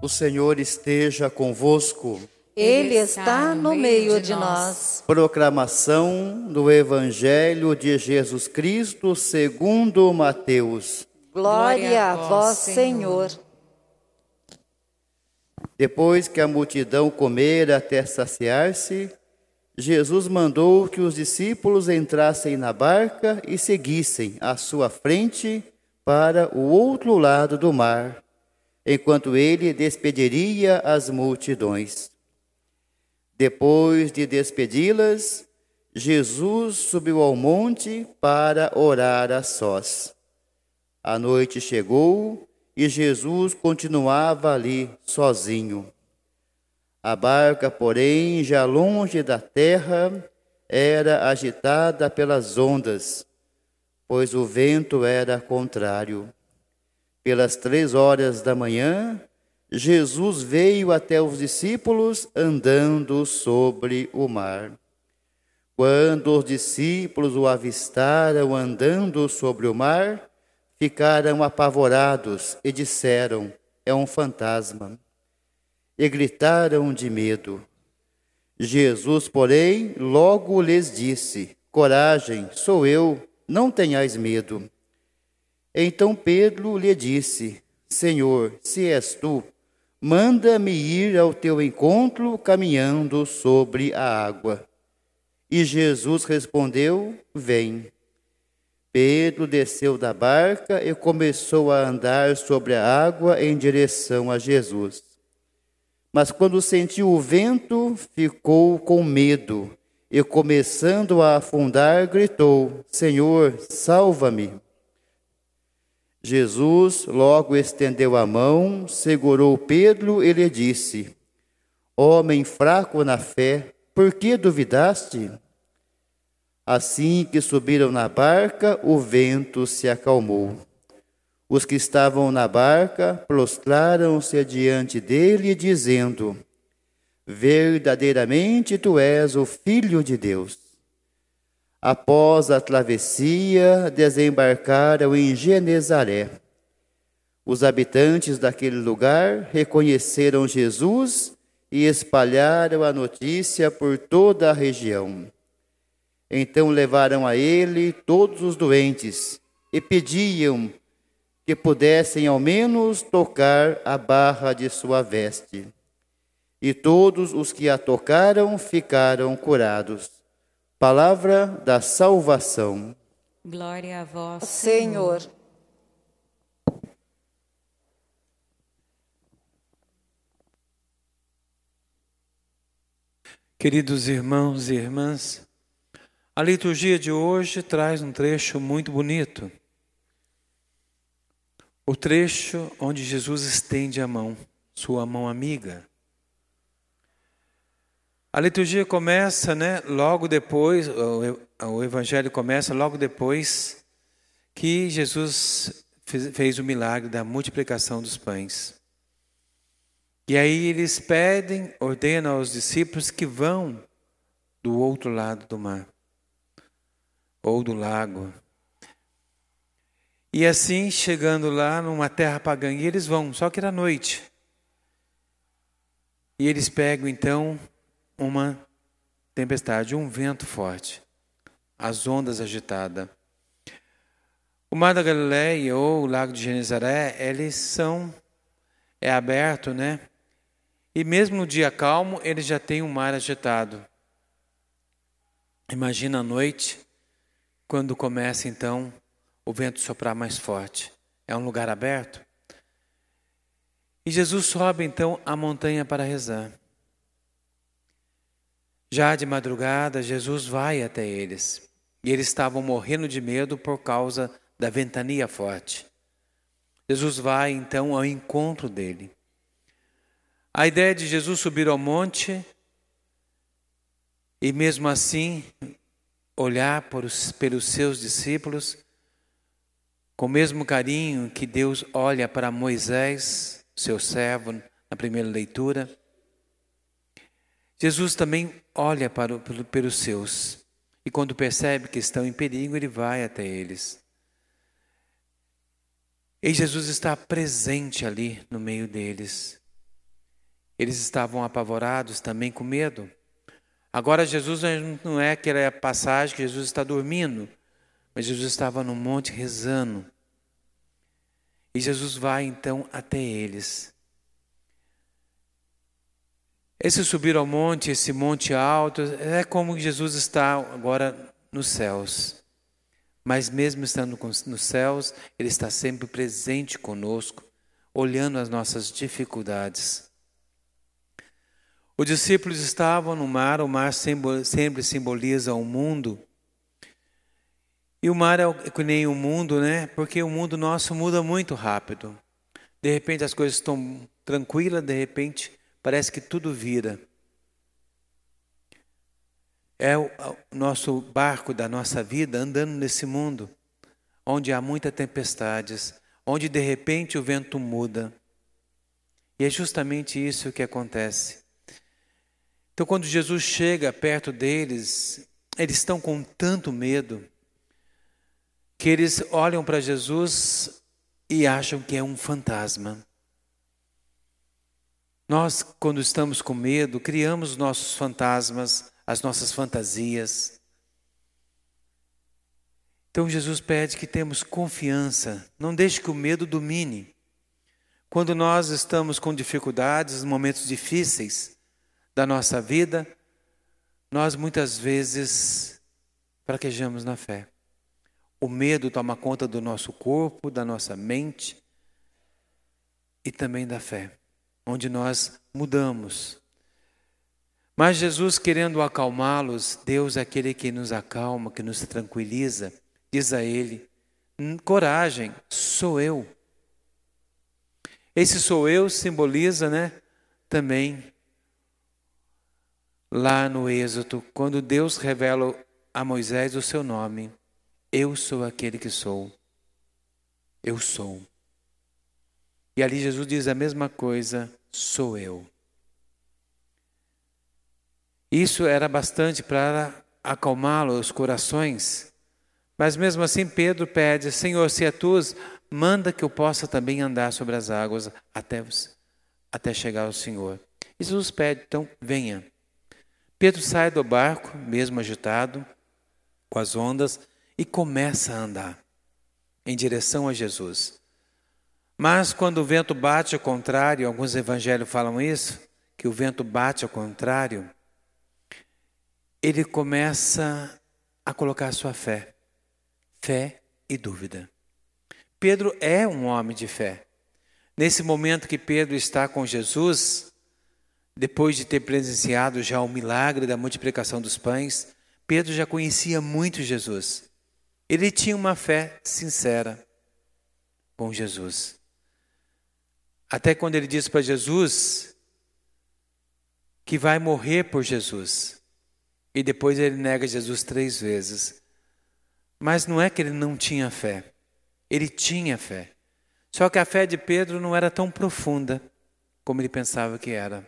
O Senhor esteja convosco. Ele está no meio de nós. Proclamação do Evangelho de Jesus Cristo segundo Mateus. Glória a vós, Senhor. Depois que a multidão comera até saciar-se, Jesus mandou que os discípulos entrassem na barca e seguissem à sua frente para o outro lado do mar, enquanto ele despediria as multidões. Depois de despedi-las, Jesus subiu ao monte para orar a sós. A noite chegou e Jesus continuava ali sozinho. A barca, porém, já longe da terra, era agitada pelas ondas, pois o vento era contrário. Pelas 3 horas da manhã, Jesus veio até os discípulos andando sobre o mar. Quando os discípulos o avistaram andando sobre o mar, ficaram apavorados e disseram: é um fantasma. E gritaram de medo. Jesus, porém, logo lhes disse: coragem, sou eu, não tenhais medo. Então Pedro lhe disse: Senhor, se és tu, manda-me ir ao teu encontro caminhando sobre a água. E Jesus respondeu: vem. Pedro desceu da barca e começou a andar sobre a água em direção a Jesus. Mas quando sentiu o vento, ficou com medo e, começando a afundar, gritou: Senhor, salva-me. Jesus logo estendeu a mão, segurou Pedro e lhe disse: homem fraco na fé, por que duvidaste? Assim que subiram na barca, o vento se acalmou. Os que estavam na barca prostraram-se diante dele, dizendo: verdadeiramente tu és o Filho de Deus. Após a travessia, desembarcaram em Genezaré. Os habitantes daquele lugar reconheceram Jesus e espalharam a notícia por toda a região. Então levaram a ele todos os doentes e pediam que pudessem ao menos tocar a barra de sua veste. E todos os que a tocaram ficaram curados. Palavra da salvação. Glória a vós, Senhor. Queridos irmãos e irmãs, a liturgia de hoje traz um trecho muito bonito. O trecho onde Jesus estende a mão, sua mão amiga. A liturgia começa, logo depois, o Evangelho começa logo depois que Jesus fez o milagre da multiplicação dos pães. E aí eles ordenam aos discípulos que vão do outro lado do mar, ou do lago. E assim, chegando lá numa terra pagã, e eles vão, só que era noite. E eles pegam então uma tempestade, um vento forte, as ondas agitadas. O mar da Galileia ou o lago de Genezaré, é aberto, E mesmo no dia calmo, ele já tem um mar agitado. Imagina a noite, quando começa então o vento soprar mais forte. É um lugar aberto. E Jesus sobe então a montanha para rezar. Já de madrugada, Jesus vai até eles. E eles estavam morrendo de medo por causa da ventania forte. Jesus vai então ao encontro dele. A ideia de Jesus subir ao monte e mesmo assim olhar pelos seus discípulos com o mesmo carinho que Deus olha para Moisés, seu servo, na primeira leitura. Jesus também olha pelos seus e quando percebe que estão em perigo, ele vai até eles. E Jesus está presente ali no meio deles. Eles estavam apavorados, também com medo. Agora Jesus não é aquela passagem que Jesus está dormindo, mas Jesus estava no monte rezando. E Jesus vai então até eles. Esse subir ao monte, esse monte alto, é como Jesus está agora nos céus. Mas mesmo estando nos céus, Ele está sempre presente conosco, olhando as nossas dificuldades. Os discípulos estavam no mar, o mar sempre simboliza o mundo. E o mar é que nem o mundo, né? Porque o mundo nosso muda muito rápido. De repente as coisas estão tranquilas, de repente parece que tudo vira. É o nosso barco da nossa vida andando nesse mundo, onde há muitas tempestades, onde de repente o vento muda. E é justamente isso que acontece. Então, quando Jesus chega perto deles, eles estão com tanto medo, que eles olham para Jesus e acham que é um fantasma. Nós, quando estamos com medo, criamos os nossos fantasmas, as nossas fantasias. Então Jesus pede que temos confiança, não deixe que o medo domine. Quando nós estamos com dificuldades, momentos difíceis da nossa vida, nós muitas vezes fraquejamos na fé. O medo toma conta do nosso corpo, da nossa mente e também da fé, onde nós mudamos. Mas Jesus, querendo acalmá-los, Deus é aquele que nos acalma, que nos tranquiliza, diz a ele: coragem, sou eu. Esse sou eu simboliza, também lá no Êxodo, quando Deus revela a Moisés o seu nome: eu sou aquele que sou. Eu sou. E ali Jesus diz a mesma coisa: sou eu. Isso era bastante para acalmá-los os corações. Mas mesmo assim Pedro pede: Senhor, se é tu, manda que eu possa também andar sobre as águas até chegar ao Senhor. E Jesus pede: então venha. Pedro sai do barco, mesmo agitado, com as ondas, e começa a andar em direção a Jesus. Mas quando o vento bate ao contrário, alguns evangelhos falam isso, que o vento bate ao contrário, ele começa a colocar a sua fé e dúvida. Pedro é um homem de fé. Nesse momento que Pedro está com Jesus, depois de ter presenciado já o milagre da multiplicação dos pães, Pedro já conhecia muito Jesus. Ele tinha uma fé sincera com Jesus. Até quando ele disse para Jesus que vai morrer por Jesus. E depois ele nega Jesus 3 vezes. Mas não é que ele não tinha fé. Ele tinha fé. Só que a fé de Pedro não era tão profunda como ele pensava que era.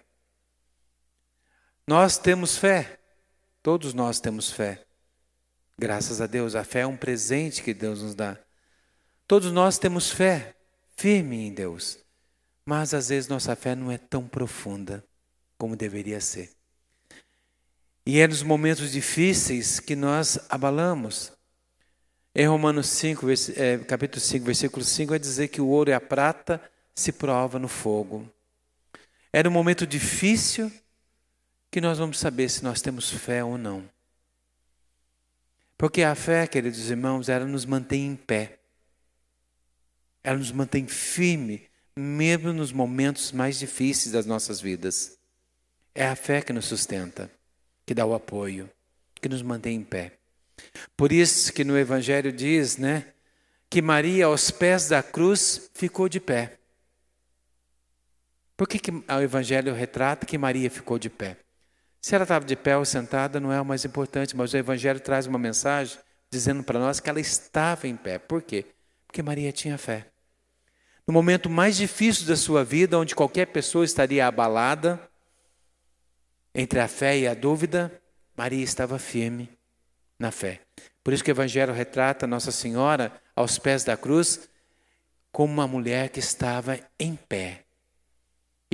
Nós temos fé. Todos nós temos fé. Graças a Deus, a fé é um presente que Deus nos dá. Todos nós temos fé firme em Deus. Mas às vezes nossa fé não é tão profunda como deveria ser. E é nos momentos difíceis que nós abalamos. Em Romanos 5, capítulo 5, versículo 5, vai dizer que o ouro e a prata se prova no fogo. É um momento difícil que nós vamos saber se nós temos fé ou não. Porque a fé, queridos irmãos, ela nos mantém em pé. Ela nos mantém firme, mesmo nos momentos mais difíceis das nossas vidas. É a fé que nos sustenta, que dá o apoio, que nos mantém em pé. Por isso que no Evangelho diz, que Maria aos pés da cruz ficou de pé. Por que o Evangelho retrata que Maria ficou de pé? Se ela estava de pé ou sentada não é o mais importante, mas o Evangelho traz uma mensagem dizendo para nós que ela estava em pé. Por quê? Porque Maria tinha fé. No momento mais difícil da sua vida, onde qualquer pessoa estaria abalada, entre a fé e a dúvida, Maria estava firme na fé. Por isso que o Evangelho retrata Nossa Senhora aos pés da cruz como uma mulher que estava em pé.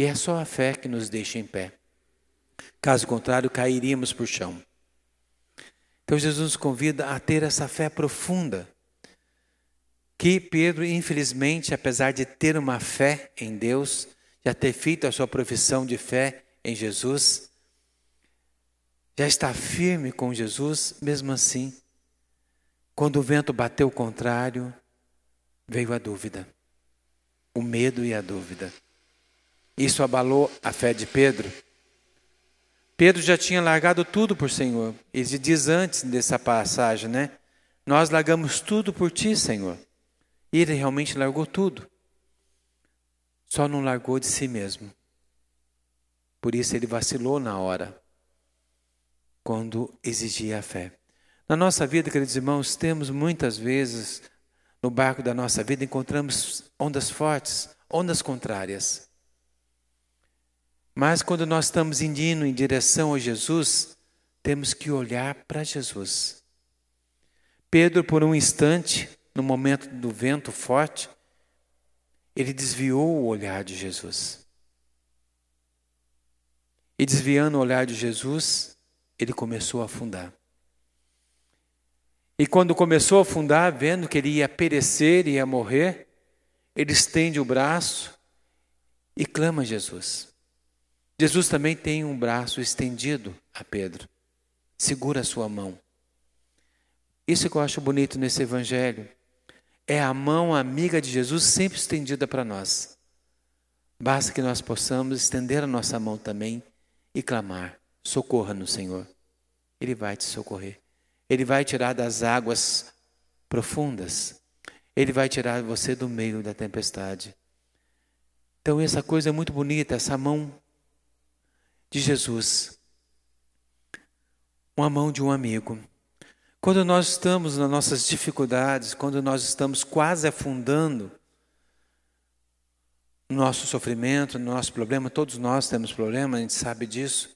E é só a fé que nos deixa em pé. Caso contrário, cairíamos por chão. Então Jesus nos convida a ter essa fé profunda, que Pedro, infelizmente, apesar de ter uma fé em Deus, já ter feito a sua profissão de fé em Jesus, já está firme com Jesus, mesmo assim, quando o vento bateu o contrário, veio a dúvida, o medo e a dúvida. Isso abalou a fé de Pedro. Pedro já tinha largado tudo por Senhor. Ele diz antes dessa passagem, né? Nós largamos tudo por Ti, Senhor. E ele realmente largou tudo. Só não largou de si mesmo. Por isso ele vacilou na hora, quando exigia a fé. Na nossa vida, queridos irmãos, temos muitas vezes, no barco da nossa vida, encontramos ondas fortes, ondas contrárias. Mas quando nós estamos indo em direção a Jesus, temos que olhar para Jesus. Pedro, por um instante, no momento do vento forte, ele desviou o olhar de Jesus. E desviando o olhar de Jesus, ele começou a afundar. E quando começou a afundar, vendo que ele ia perecer, ia morrer, ele estende o braço e clama a Jesus. Jesus também tem um braço estendido a Pedro. Segura a sua mão. Isso que eu acho bonito nesse evangelho. É a mão amiga de Jesus sempre estendida para nós. Basta que nós possamos estender a nossa mão também e clamar: socorra-nos, Senhor. Ele vai te socorrer. Ele vai tirar das águas profundas. Ele vai tirar você do meio da tempestade. Então essa coisa é muito bonita, essa mão de Jesus. Uma mão de um amigo. Quando nós estamos nas nossas dificuldades, quando nós estamos quase afundando no nosso sofrimento, no nosso problema, todos nós temos problema, a gente sabe disso.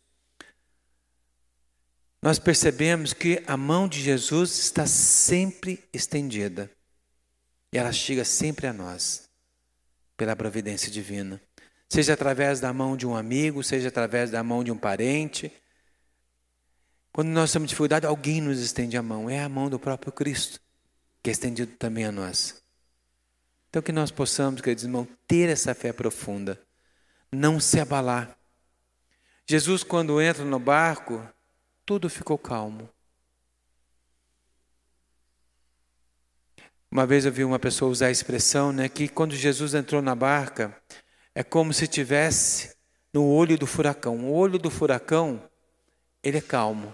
Nós percebemos que a mão de Jesus está sempre estendida. E ela chega sempre a nós, pela providência divina. Seja através da mão de um amigo, seja através da mão de um parente. Quando nós temos dificuldade, alguém nos estende a mão. É a mão do próprio Cristo, que é estendido também a nós. Então que nós possamos, queridos irmãos, ter essa fé profunda. Não se abalar. Jesus, quando entra no barco, tudo ficou calmo. Uma vez eu vi uma pessoa usar a expressão, né, que quando Jesus entrou na barca, é como se estivesse no olho do furacão. O olho do furacão, ele é calmo.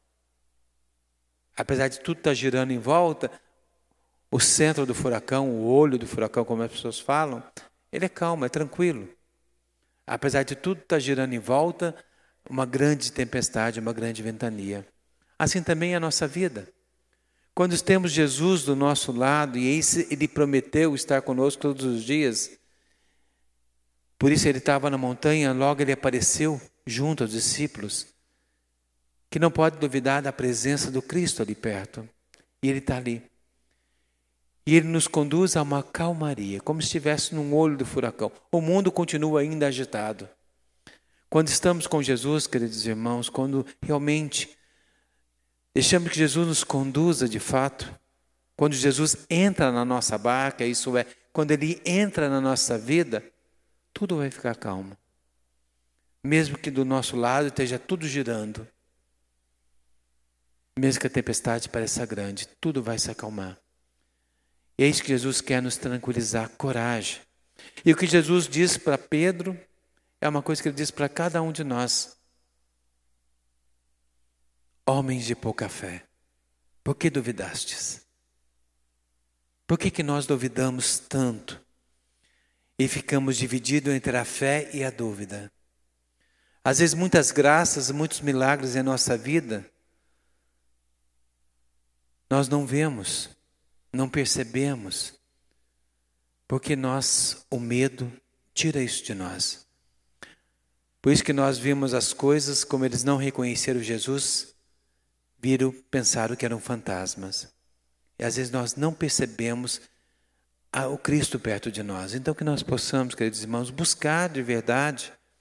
Apesar de tudo estar girando em volta, o centro do furacão, o olho do furacão, como as pessoas falam, ele é calmo, é tranquilo. Apesar de tudo estar girando em volta, uma grande tempestade, uma grande ventania. Assim também é a nossa vida. Quando temos Jesus do nosso lado, e Ele prometeu estar conosco todos os dias, por isso Ele estava na montanha, logo Ele apareceu junto aos discípulos, que não pode duvidar da presença do Cristo ali perto. E Ele está ali. E Ele nos conduz a uma calmaria, como se estivesse num olho do furacão. O mundo continua ainda agitado. Quando estamos com Jesus, queridos irmãos, quando realmente deixamos que Jesus nos conduza de fato, quando Jesus entra na nossa barca, isso é, quando Ele entra na nossa vida, tudo vai ficar calmo. Mesmo que do nosso lado esteja tudo girando, mesmo que a tempestade pareça grande, tudo vai se acalmar. E é isso que Jesus quer nos tranquilizar, coragem. E o que Jesus diz para Pedro é uma coisa que Ele diz para cada um de nós. Homens de pouca fé, por que duvidastes? Por que nós duvidamos tanto e ficamos divididos entre a fé e a dúvida? Às vezes muitas graças, muitos milagres em nossa vida, nós não vemos, não percebemos, porque o medo tira isso de nós. Por isso que nós vimos as coisas, como eles não reconheceram Jesus, pensaram que eram fantasmas. E às vezes nós não percebemos o Cristo perto de nós. Então que nós possamos, queridos irmãos, buscar de verdade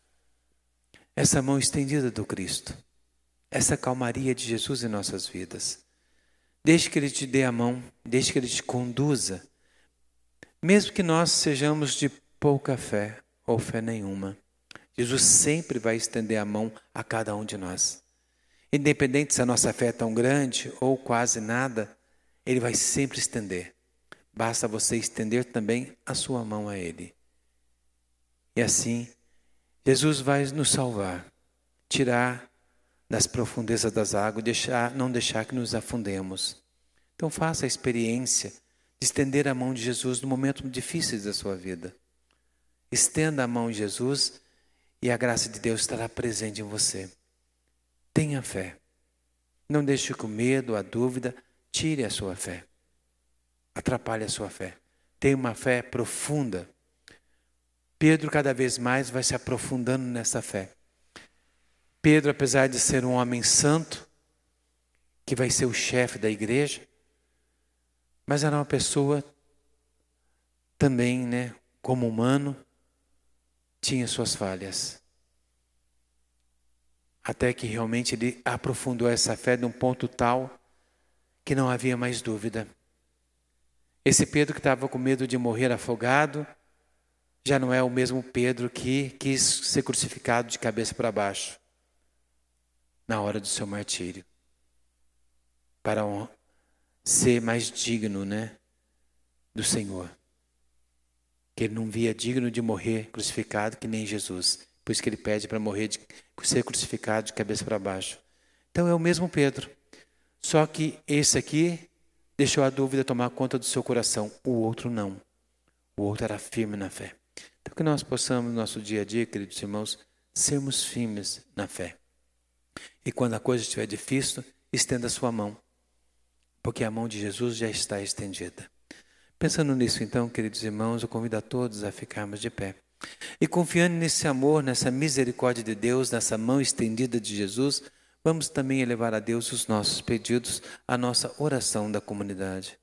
essa mão estendida do Cristo, essa calmaria de Jesus em nossas vidas. Deixe que Ele te dê a mão, deixe que Ele te conduza, mesmo que nós sejamos de pouca fé ou fé nenhuma. Jesus sempre vai estender a mão a cada um de nós. Independente se a nossa fé é tão grande ou quase nada, Ele vai sempre estender. Basta você estender também a sua mão a Ele. E assim, Jesus vai nos salvar, tirar das profundezas das águas, não deixar que nos afundemos. Então faça a experiência de estender a mão de Jesus no momento difícil da sua vida. Estenda a mão de Jesus e a graça de Deus estará presente em você. Tenha fé. Não deixe que o medo, a dúvida, tire a sua fé. Atrapalhe a sua fé. Tenha uma fé profunda. Pedro cada vez mais vai se aprofundando nessa fé. Pedro, apesar de ser um homem santo, que vai ser o chefe da igreja, mas era uma pessoa também, como humano, tinha suas falhas. Até que realmente ele aprofundou essa fé de um ponto tal que não havia mais dúvida. Esse Pedro que estava com medo de morrer afogado, já não é o mesmo Pedro que quis ser crucificado de cabeça para baixo, na hora do seu martírio, para ser mais digno, do Senhor. Que ele não via digno de morrer crucificado que nem Jesus. Por isso que ele pede para morrer, ser crucificado de cabeça para baixo. Então é o mesmo Pedro. Só que esse aqui deixou a dúvida tomar conta do seu coração. O outro não. O outro era firme na fé. Então que nós possamos no nosso dia a dia, queridos irmãos, sermos firmes na fé. E quando a coisa estiver difícil, estenda a sua mão. Porque a mão de Jesus já está estendida. Pensando nisso então, queridos irmãos, eu convido a todos a ficarmos de pé. E confiando nesse amor, nessa misericórdia de Deus, nessa mão estendida de Jesus, vamos também elevar a Deus os nossos pedidos, a nossa oração da comunidade.